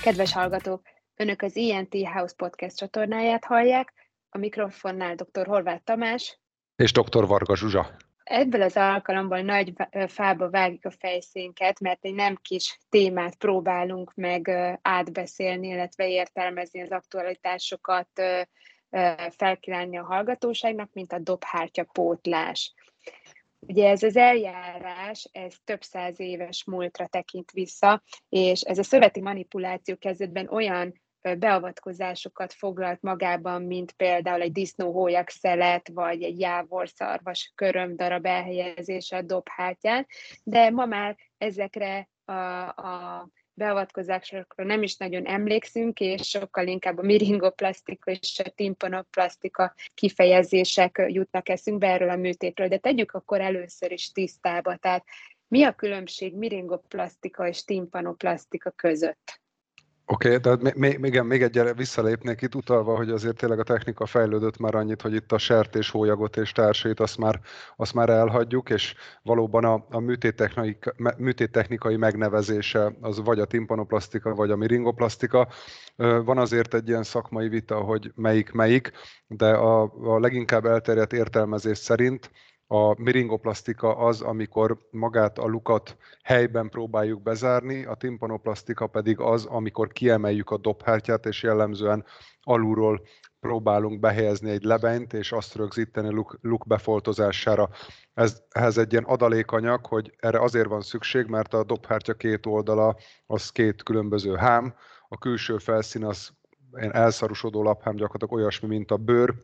Kedves hallgatók! Önök az ENT House Podcast csatornáját hallják, a mikrofonnál dr. Horváth Tamás és dr. Varga Zsuzsa. Ebből az alkalomból nagy fába vágjuk a fejszénket, mert egy nem kis témát próbálunk meg átbeszélni, illetve értelmezni az aktualitásokat, felkínálni a hallgatóságnak, mint a dobhártya pótlás. Ugye ez az eljárás, ez több száz éves múltra tekint vissza, és ez a szöveti manipuláció kezdetben olyan beavatkozásokat foglalt magában, mint például egy disznóhólyakszelet, vagy egy jávorszarvas körömdarab elhelyezése a dobhártyán, de ma már ezekre a beavatkozásokra nem is nagyon emlékszünk, és sokkal inkább a miringoplasztika és a timpanoplasztika kifejezések jutnak eszünkbe erről a műtétről. De tegyük akkor először is tisztába. Tehát mi a különbség miringoplasztika és timpanoplasztika között? Oké, de még egyre visszalépnék itt utalva, hogy azért tényleg a technika fejlődött már annyit, hogy itt a sertéshólyagot és társait azt már elhagyjuk, és valóban a műtéttechnikai megnevezése az vagy a timpanoplasztika, vagy a miringoplasztika. Van azért egy ilyen szakmai vita, hogy melyik, de a leginkább elterjedt értelmezés szerint a miringoplasztika az, amikor magát a lukat helyben próbáljuk bezárni, a timpanoplasztika pedig az, amikor kiemeljük a dobhártyát, és jellemzően alulról próbálunk behelyezni egy lebenyt, és azt rögzíteni luk befoltozására. Ehhez egy ilyen adalékanyag, hogy erre azért van szükség, mert a dobhártya két oldala az két különböző hám, a külső felszín az elszarusodó laphám, gyakorlatilag olyasmi, mint a bőr,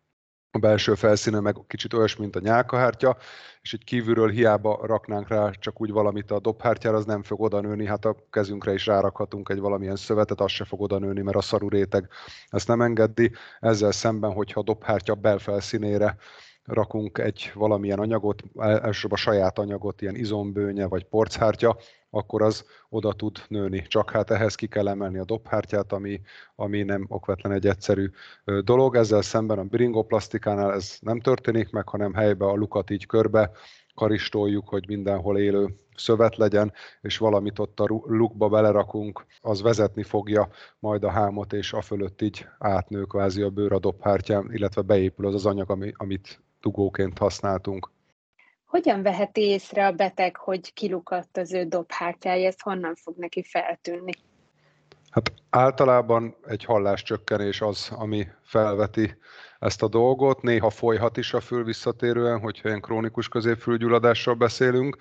a belső felszíne meg kicsit olyas, mint a nyálkahártya, és így kívülről hiába raknánk rá csak úgy valamit a dobhártyára, az nem fog oda nőni, hát a kezünkre is rárakhatunk egy valamilyen szövetet, az se fog oda nőni, mert a szaru réteg ezt nem engedi. Ezzel szemben, hogyha a dobhártya belfelszínére rakunk egy valamilyen anyagot, elsősorban a saját anyagot, ilyen izombőnye vagy porchártya, akkor az oda tud nőni. Csak hát ehhez ki kell emelni a dobhártyát, ami nem okvetlen egy egyszerű dolog. Ezzel szemben a miringoplasztikánál ez nem történik meg, hanem helybe a lukat így körbe karistoljuk, hogy mindenhol élő szövet legyen, és valamit ott a lukba belerakunk, az vezetni fogja majd a hámot, és a fölött így átnő kvázi a bőr a dobhártyán, illetve beépül az az anyag, amit dugóként használtunk. Hogyan veheti észre a beteg, hogy kilukadt az ő dobhártyája, ez honnan fog neki feltűnni? Hát általában egy halláscsökkenés az, ami felveti ezt a dolgot. Néha folyhat is a fül visszatérően, hogyha ilyen krónikus középfülgyulladásról beszélünk.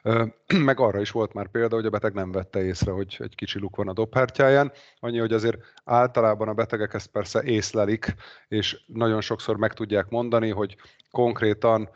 Meg arra is volt már példa, hogy a beteg nem vette észre, hogy egy kicsi luk van a dobhártyáján. Annyi, hogy azért általában a betegek ezt persze észlelik, és nagyon sokszor meg tudják mondani, hogy konkrétan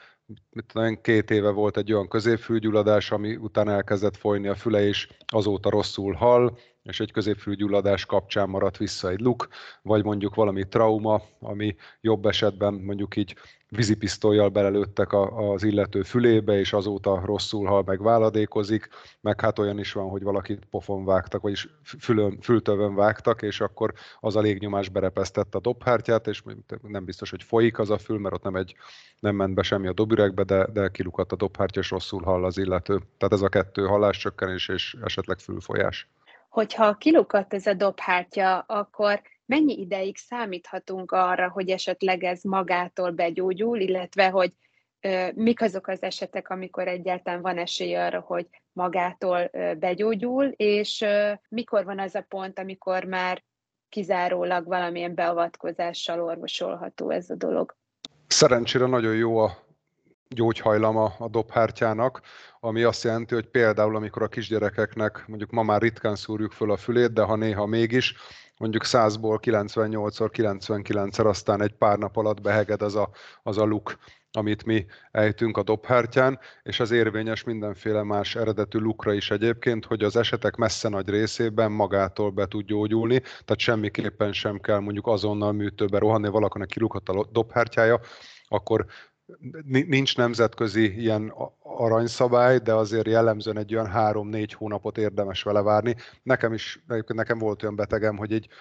2 éve volt egy olyan középfülgyulladás, ami után elkezdett folyni a füle, és azóta rosszul hall, és egy középfülgyulladás kapcsán maradt vissza egy luk, vagy mondjuk valami trauma, ami jobb esetben mondjuk így vízipisztollyal belelőttek az illető fülébe, és azóta rosszul hall, meg váladékozik, meg hát olyan is van, hogy valakit pofon vágtak, vagyis fültövön vágtak, és akkor az a légnyomás berepesztett a dobhártyát, és nem biztos, hogy folyik az a fül, mert ott nem ment be semmi a dobüregbe, de kilukadt a dobhártya, és rosszul hall az illető. Tehát ez a 2 halláscsökkenés és esetleg fülfolyás. Hogyha kilukadt ez a dobhártya, akkor mennyi ideig számíthatunk arra, hogy esetleg ez magától begyógyul, illetve hogy mik azok az esetek, amikor egyáltalán van esély arra, hogy magától begyógyul, és mikor van az a pont, amikor már kizárólag valamilyen beavatkozással orvosolható ez a dolog? Szerencsére nagyon jó a gyógyhajlama a dobhártyának, ami azt jelenti, hogy például amikor a kisgyerekeknek mondjuk ma már ritkán szúrjuk föl a fülét, de ha néha mégis, mondjuk 100-ból 98-szor, 99-szer aztán egy pár nap alatt beheged az a luk, amit mi ejtünk a dobhártyán, és az érvényes mindenféle más eredetű lukra is egyébként, hogy az esetek messze nagy részében magától be tud gyógyulni, tehát semmiképpen sem kell mondjuk azonnal műtőbe rohanni, valakinek kilukadt a dobhártyája, akkor nincs nemzetközi ilyen aranyszabály, de azért jellemzően egy olyan 3-4 hónapot érdemes vele várni. Nekem volt olyan betegem, hogy így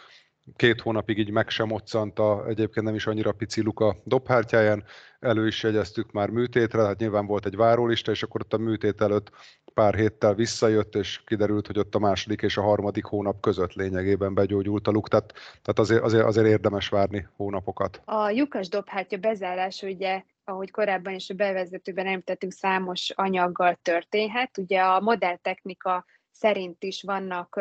2 hónapig így meg sem moccant egyébként nem is annyira pici luk a dobhártyáján, elő is jegyeztük már műtétre, hát nyilván volt egy várólista, és akkor ott a műtét előtt pár héttel visszajött, és kiderült, hogy ott a második és a harmadik hónap között lényegében begyógyult a luk, tehát azért érdemes várni hónapokat. A lyukas dobhártya bezárása, ugye, ahogy korábban is a bevezetőben említettünk, számos anyaggal történhet. Ugye a modern technika szerint is vannak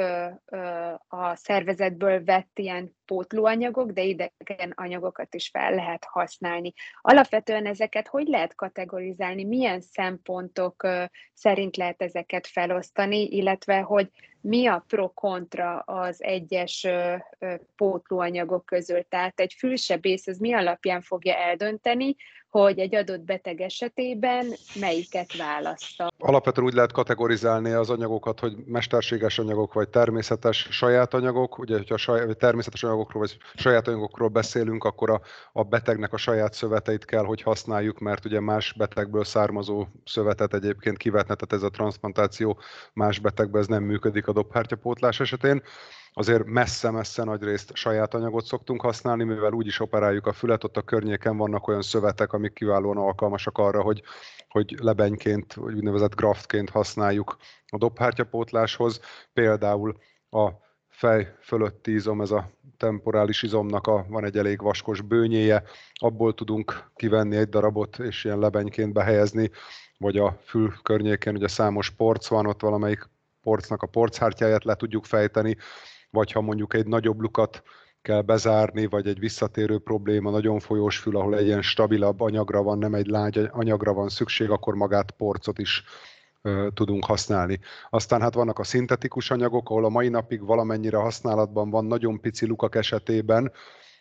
a szervezetből vett ilyen pótlóanyagok, de idegen anyagokat is fel lehet használni. Alapvetően ezeket hogy lehet kategorizálni, milyen szempontok szerint lehet ezeket felosztani, illetve hogy mi a pro-kontra az egyes pótlóanyagok közül. Tehát egy fülsebész az mi alapján fogja eldönteni, hogy egy adott beteg esetében melyiket választa. Alapvetően úgy lehet kategorizálni az anyagokat, hogy mesterséges anyagok vagy természetes saját anyagok. Ugye, hogyha természetes anyagokról vagy saját anyagokról beszélünk, akkor a betegnek a saját szöveteit kell, hogy használjuk, mert ugye más betegből származó szövetet egyébként kivetne, tehát ez a transzplantáció más betegben ez nem működik a dobhártyapótlás esetén. Azért messze-messze nagy részt saját anyagot szoktunk használni, mivel úgy is operáljuk a fület, ott a környéken vannak olyan szövetek, amik kiválóan alkalmasak arra, hogy lebenyként, vagy úgynevezett graftként használjuk a dobhártyapótláshoz. Például a fej fölötti izom, ez a temporális izomnak van egy elég vaskos bőnyéje, abból tudunk kivenni egy darabot, és ilyen lebenyként behelyezni, vagy a fül környékén ugye számos porc van, ott valamelyik porcnak a porchártyáját le tudjuk fejteni, vagy ha mondjuk egy nagyobb lukat kell bezárni, vagy egy visszatérő probléma, nagyon folyós fül, ahol egy ilyen stabilabb anyagra van, nem egy lágy anyagra van szükség, akkor magát porcot is tudunk használni. Aztán hát vannak a szintetikus anyagok, ahol a mai napig valamennyire használatban van, nagyon pici lukak esetében,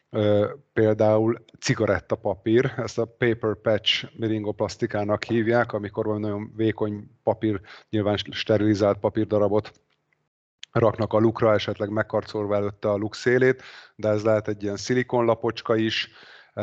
például cigarettapapír, ezt a paper patch miringoplasztikának hívják, amikor valami nagyon vékony papír, nyilván sterilizált papírdarabot raknak a lukra, esetleg megkarcolva előtte a luk szélét, de ez lehet egy ilyen szilikonlapocska is.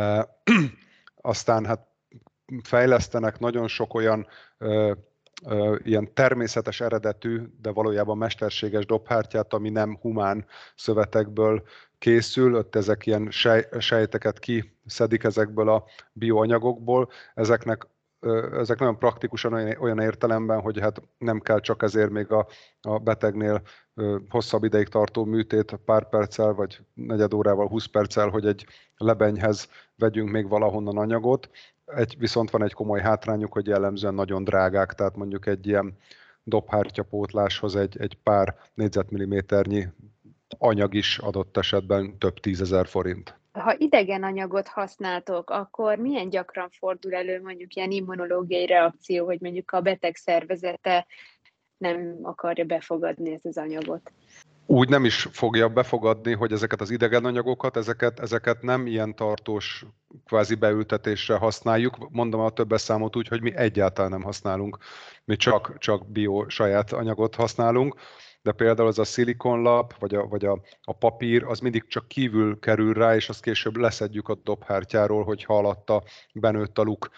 Aztán hát fejlesztenek nagyon sok olyan ilyen természetes eredetű, de valójában mesterséges dobhártyát, ami nem humán szövetekből készül, ott ezek ilyen sejteket kiszedik ezekből a bioanyagokból, ezek nagyon praktikusan olyan értelemben, hogy hát nem kell csak ezért még a betegnél hosszabb ideig tartó műtét pár perccel, vagy negyed órával, 20 perccel, hogy egy lebenyhez vegyünk még valahonnan anyagot. Viszont van egy komoly hátrányuk, hogy jellemzően nagyon drágák, tehát mondjuk egy ilyen dobhártyapótláshoz egy pár négyzetmilliméternyi anyag is adott esetben több 10 000 forint. Ha idegen anyagot használtok, akkor milyen gyakran fordul elő mondjuk ilyen immunológiai reakció, hogy mondjuk a beteg szervezete nem akarja befogadni ezt az anyagot? Úgy nem is fogja befogadni, hogy ezeket az idegen anyagokat, ezeket nem ilyen tartós kvázi beültetésre használjuk. Mondom a többes számot úgy, hogy mi egyáltalán nem használunk. Mi csak bio saját anyagot használunk, de például az a szilikonlap, vagy a papír, az mindig csak kívül kerül rá, és azt később leszedjük a dobhártyáról, hogyha alatta benőtt a luk.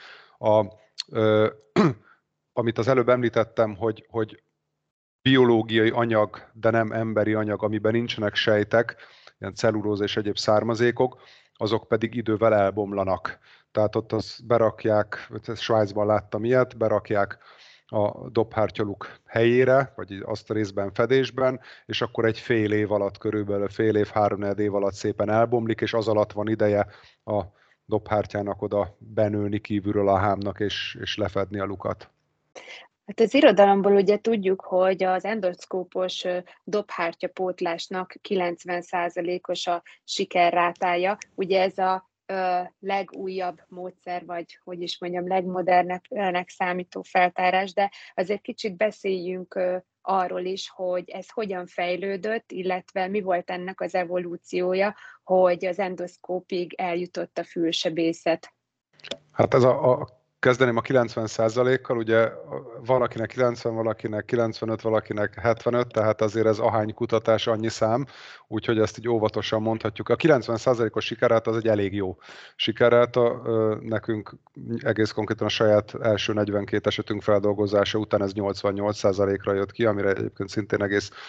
Amit az előbb említettem, hogy biológiai anyag, de nem emberi anyag, amiben nincsenek sejtek, ilyen celluróza és egyéb származékok, azok pedig idővel elbomlanak. Tehát ott azt berakják, Svájcban láttam ilyet, berakják a dobhártyaluk helyére, vagy azt a részben fedésben, és akkor egy fél év alatt, körülbelül fél év, 3-4 év alatt szépen elbomlik, és az alatt van ideje a dobhártyának oda benőni kívülről a hámnak, és lefedni a lukat. Hát az irodalomból ugye tudjuk, hogy az endoszkópos dobhártyapótlásnak 90%-os a sikerrátája. Ugye ez a legújabb módszer, vagy hogy is mondjam, legmodernebbnek számító feltárás, de azért kicsit beszéljünk arról is, hogy ez hogyan fejlődött, illetve mi volt ennek az evolúciója, hogy az endoszkópig eljutott a fülsebészet. Hát kezdeném a 90%-kal, ugye valakinek 90, valakinek 95, valakinek 75, tehát azért ez ahány kutatás, annyi szám, úgyhogy ezt így óvatosan mondhatjuk. A 90%-os sikerrát az egy elég jó sikerráta, nekünk egész konkrétan a saját első 42 esetünk feldolgozása után ez 88%-ra jött ki, amire egyébként szintén egész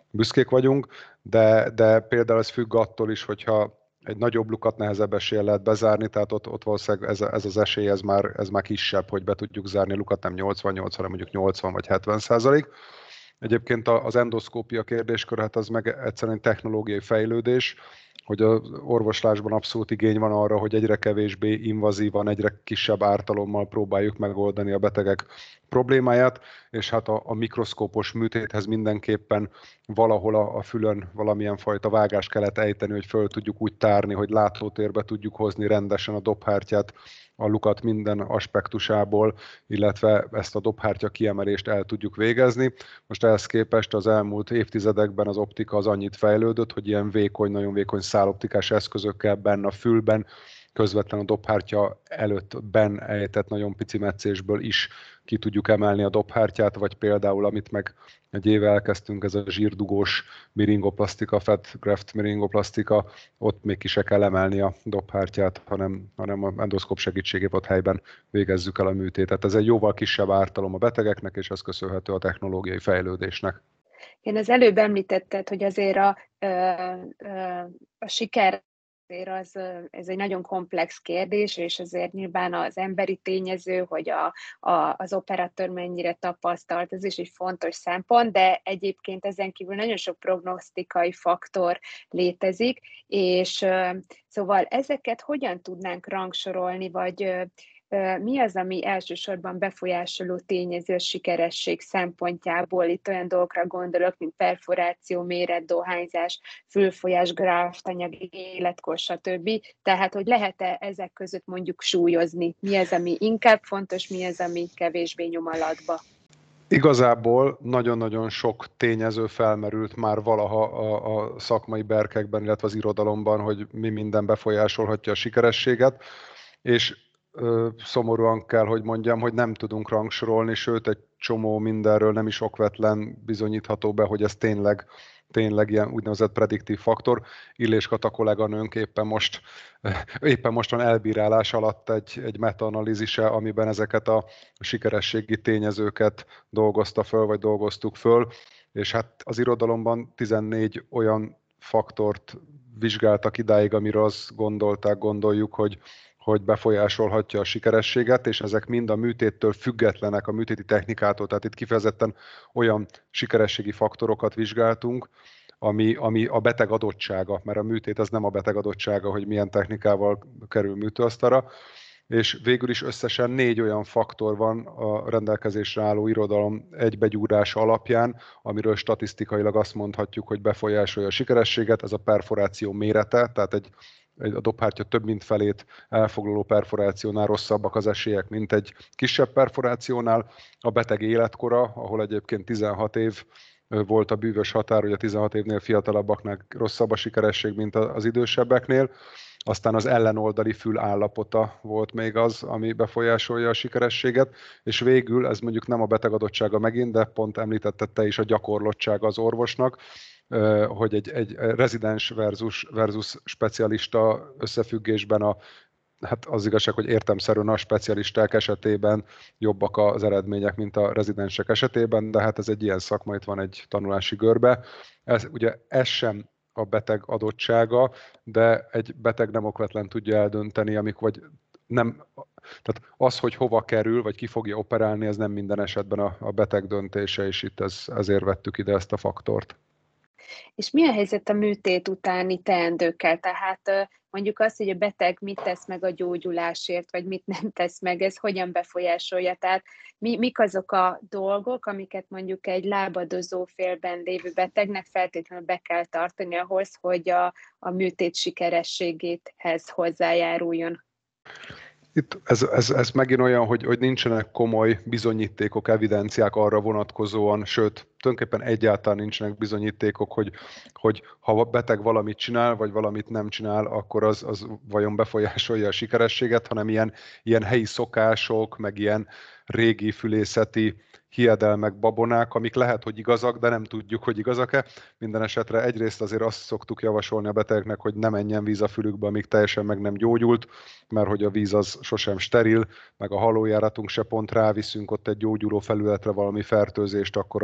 büszkék vagyunk, de például ez függ attól is, hogyha egy nagyobb lukat nehezebb eséllyel lehet bezárni, tehát ott valószínűleg ez az esély, ez már kisebb, hogy be tudjuk zárni a lukat, nem 88, hanem mondjuk 80 vagy 70%. Egyébként az endoszkópia kérdéskör, hát az meg egyszerűen technológiai fejlődés, hogy az orvoslásban abszolút igény van arra, hogy egyre kevésbé invazívan, egyre kisebb ártalommal próbáljuk megoldani a betegek problémáját, és hát a mikroszkópos műtéthez mindenképpen valahol a fülön valamilyen fajta vágást kellett ejteni, hogy föl tudjuk úgy tárni, hogy látótérbe tudjuk hozni rendesen a dobhártyát, a lukat minden aspektusából, illetve ezt a dobhártya kiemelést el tudjuk végezni. Most ehhez képest az elmúlt évtizedekben az optika az annyit fejlődött, hogy ilyen vékony, nagyon vékony száloptikás eszközökkel benne a fülben, közvetlen a dobhártya előtt benn ejtett nagyon pici metszésből is ki tudjuk emelni a dobhártyát, vagy például, amit meg egy éve elkezdtünk, ez a zsírdugós miringoplasztika, fat graft miringoplasztika, ott még ki se kell emelni a dobhártyát, hanem a endoszkóp segítségével ott helyben végezzük el a műtétet. Ez egy jóval kisebb ártalom a betegeknek, és ez köszönhető a technológiai fejlődésnek. Én az előbb említetted, hogy azért a siker ez egy nagyon komplex kérdés, és azért nyilván az emberi tényező, hogy az operatőr mennyire tapasztalt, ez is egy fontos szempont, de egyébként ezen kívül nagyon sok prognosztikai faktor létezik, és szóval ezeket hogyan tudnánk rangsorolni, vagy mi az, ami elsősorban befolyásoló tényező a sikeresség szempontjából? Itt olyan dolgokra gondolok, mint perforáció, méret, dohányzás, fülfolyás, gráftanyag, életkor, stb. Tehát, hogy lehet-e ezek között mondjuk súlyozni? Mi az, ami inkább fontos, mi az, ami kevésbé nyom alatba? Igazából nagyon-nagyon sok tényező felmerült már valaha a szakmai berkekben, illetve az irodalomban, hogy mi minden befolyásolhatja a sikerességet, és szomorúan kell, hogy mondjam, hogy nem tudunk rangsorolni, sőt egy csomó mindenről nem is okvetlen bizonyítható be, hogy ez tényleg ilyen úgynevezett prediktív faktor. Illés Kata kolléganőnk éppen most van elbírálás alatt egy metaanalízise, amiben ezeket a sikerességi tényezőket dolgozta föl, vagy dolgoztuk föl, és hát az irodalomban 14 olyan faktort vizsgáltak idáig, amiről azt gondoljuk, hogy befolyásolhatja a sikerességet, és ezek mind a műtéttől függetlenek, a műtéti technikától, tehát itt kifejezetten olyan sikerességi faktorokat vizsgáltunk, ami a beteg adottsága, mert a műtét az nem a beteg adottsága, hogy milyen technikával kerül műtőasztalra, és végül is összesen 4 olyan faktor van a rendelkezésre álló irodalom egybegyúrása alapján, amiről statisztikailag azt mondhatjuk, hogy befolyásolja a sikerességet, ez a perforáció mérete, tehát a dobhártya több mint felét elfoglaló perforációnál rosszabbak az esélyek, mint egy kisebb perforációnál. A beteg életkora, ahol egyébként 16 év volt a bűvös határ, hogy a 16 évnél fiatalabbaknak rosszabb a sikeresség, mint az idősebbeknél. Aztán az ellenoldali fül állapota volt még az, ami befolyásolja a sikerességet, és végül, ez mondjuk nem a beteg adottsága megint, de pont említetted te is a gyakorlottsága az orvosnak, hogy egy rezidens versus specialista összefüggésben hát az igazság, hogy értelemszerűen a specialisták esetében jobbak az eredmények, mint a rezidensek esetében, de hát ez egy ilyen szakma, itt van egy tanulási görbe. Ez sem a beteg adottsága, de egy beteg nem okvetlen tudja eldönteni, vagy nem, tehát az, hogy hova kerül, vagy ki fogja operálni, ez nem minden esetben a beteg döntése, és itt ezért vettük ide ezt a faktort. És mi a helyzet a műtét utáni teendőkkel? Tehát mondjuk azt, hogy a beteg mit tesz meg a gyógyulásért, vagy mit nem tesz meg, ez hogyan befolyásolja? Tehát mik azok a dolgok, amiket mondjuk egy lábadozó félben lévő betegnek feltétlenül be kell tartani ahhoz, hogy a műtét sikerességéhez hozzájáruljon? Itt ez megint olyan, hogy nincsenek komoly bizonyítékok, evidenciák arra vonatkozóan, sőt, tulajdonképpen egyáltalán nincsenek bizonyítékok, hogy ha a beteg valamit csinál, vagy valamit nem csinál, akkor az vajon befolyásolja a sikerességet, hanem ilyen helyi szokások, meg ilyen régi fülészeti hiedelmek, babonák, amik lehet, hogy igazak, de nem tudjuk, hogy igazak-e. Minden esetre egyrészt azért azt szoktuk javasolni a betegeknek, hogy ne menjen víz a fülükbe, amíg teljesen meg nem gyógyult, mert hogy a víz az sosem steril, meg a halójáratunk se pont ráviszünk ott egy gyógyuló felületre valami fertőzést, akkor az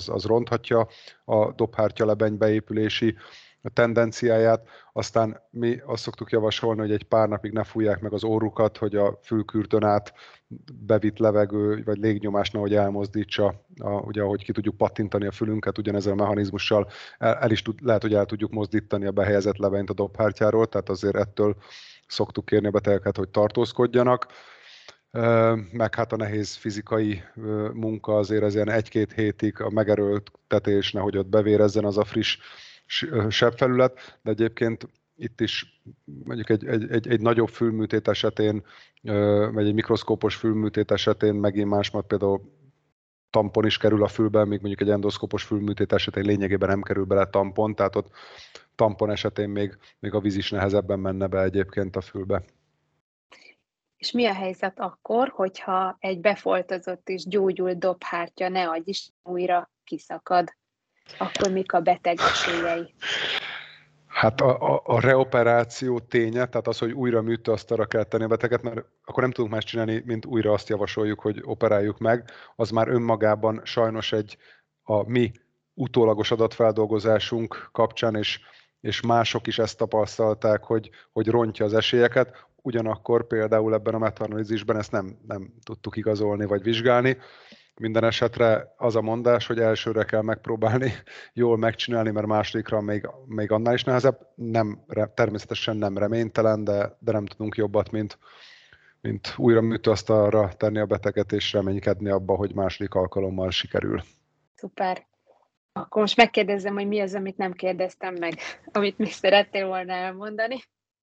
az ronthatja a dobhártya lebeny beépülési tendenciáját. Aztán mi azt szoktuk javasolni, hogy egy pár napig ne fújják meg az orrukat, hogy a fülkürtön át bevitt levegő vagy légnyomás nehogy elmozdítsa, ugye ahogy ki tudjuk pattintani a fülünket, ugyanezzel a mechanizmussal lehet, hogy el tudjuk mozdítani a behelyezett levenyt a dobhártyáról, tehát azért ettől szoktuk kérni a betegeket, hogy tartózkodjanak. Meg hát a nehéz fizikai munka azért ez ilyen 1-2 hétig a megerőltetés, nehogy ott bevérezzen az a friss sebfelület, de egyébként itt is mondjuk egy nagyobb fülműtét esetén, vagy egy mikroszkópos fülműtét esetén megint másmat például tampon is kerül a fülbe, míg mondjuk egy endoszkópos fülműtét esetén lényegében nem kerül bele tampon, tehát ott tampon esetén még a víz is nehezebben menne be egyébként a fülbe. És mi a helyzet akkor, hogyha egy befoltozott és gyógyult dobhártya, ne adj is, újra kiszakad? Akkor mik a beteg esélyei? Hát a reoperáció ténye, tehát az, hogy újra műtőasztalra kell tenni a beteget, mert akkor nem tudunk más csinálni, mint újra azt javasoljuk, hogy operáljuk meg, az már önmagában sajnos a mi utólagos adatfeldolgozásunk kapcsán, és mások is ezt tapasztalták, hogy rontja az esélyeket, ugyanakkor például ebben a metaanalízisben ezt nem tudtuk igazolni vagy vizsgálni. Minden esetre az a mondás, hogy elsőre kell megpróbálni jól megcsinálni, mert másodikra még annál is nehezebb. Természetesen nem reménytelen, de nem tudunk jobbat, mint újra műtőasztalra tenni a beteget, és reménykedni abba, hogy második alkalommal sikerül. Szuper. Akkor most megkérdezem, hogy mi az, amit nem kérdeztem meg, amit még szerettél volna elmondani.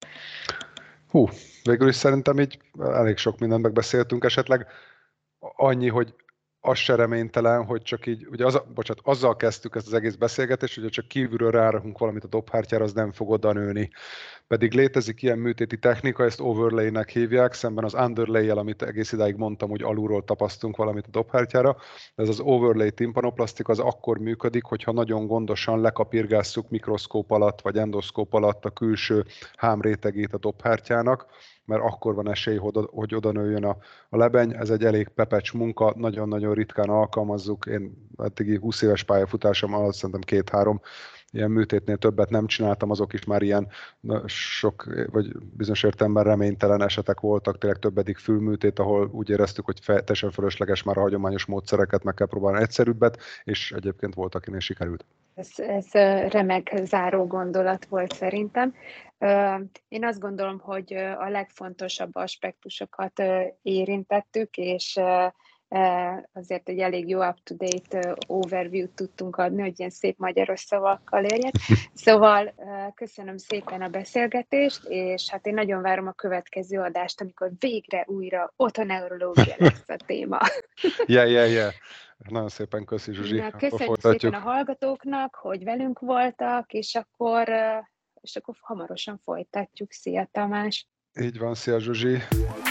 Végül is szerintem így elég sok mindent megbeszéltünk, esetleg annyi, hogy az se reménytelen, hogy csak így, ugye azzal kezdtük ezt az egész beszélgetést, hogy csak kívülről rárakunk valamit a dobhártyára, az nem fog oda nőni. Pedig létezik ilyen műtéti technika, ezt overlay-nek hívják, szemben az underlay-jel, amit egész idáig mondtam, hogy alulról tapasztunk valamit a dobhártyára. Ez az overlay timpanoplasztika az akkor működik, hogyha nagyon gondosan lekapirgásszuk mikroszkóp alatt vagy endoszkóp alatt a külső hámrétegét a dobhártyának, mert akkor van esély, hogy oda nőjön a lebeny. Ez egy elég pepecs munka, nagyon-nagyon ritkán alkalmazzuk. Én eddigi 20 éves pályafutásom alatt szerintem 2-3 ilyen műtétnél többet nem csináltam, azok is már ilyen sok, vagy bizonyos értelemben reménytelen esetek voltak, tényleg többedik fülműtét, ahol úgy éreztük, hogy teljesen fölösleges már a hagyományos módszereket, meg kell próbálni egyszerűbbet, és egyébként volt, akinél sikerült. Ez remek záró gondolat volt szerintem. Én azt gondolom, hogy a legfontosabb aspektusokat érintettük, és azért egy elég jó up-to-date overview-t tudtunk adni, hogy ilyen szép magyaros szavakkal érjek. Szóval köszönöm szépen a beszélgetést, és hát én nagyon várom a következő adást, amikor végre újra otoneurológia lesz a téma. Yeah. Nagyon szépen köszi, Zsuzsi. Köszönjük szépen a hallgatóknak, hogy velünk voltak, és akkor hamarosan folytatjuk. Szia, Tamás! Így van, szia, Zsuzsi!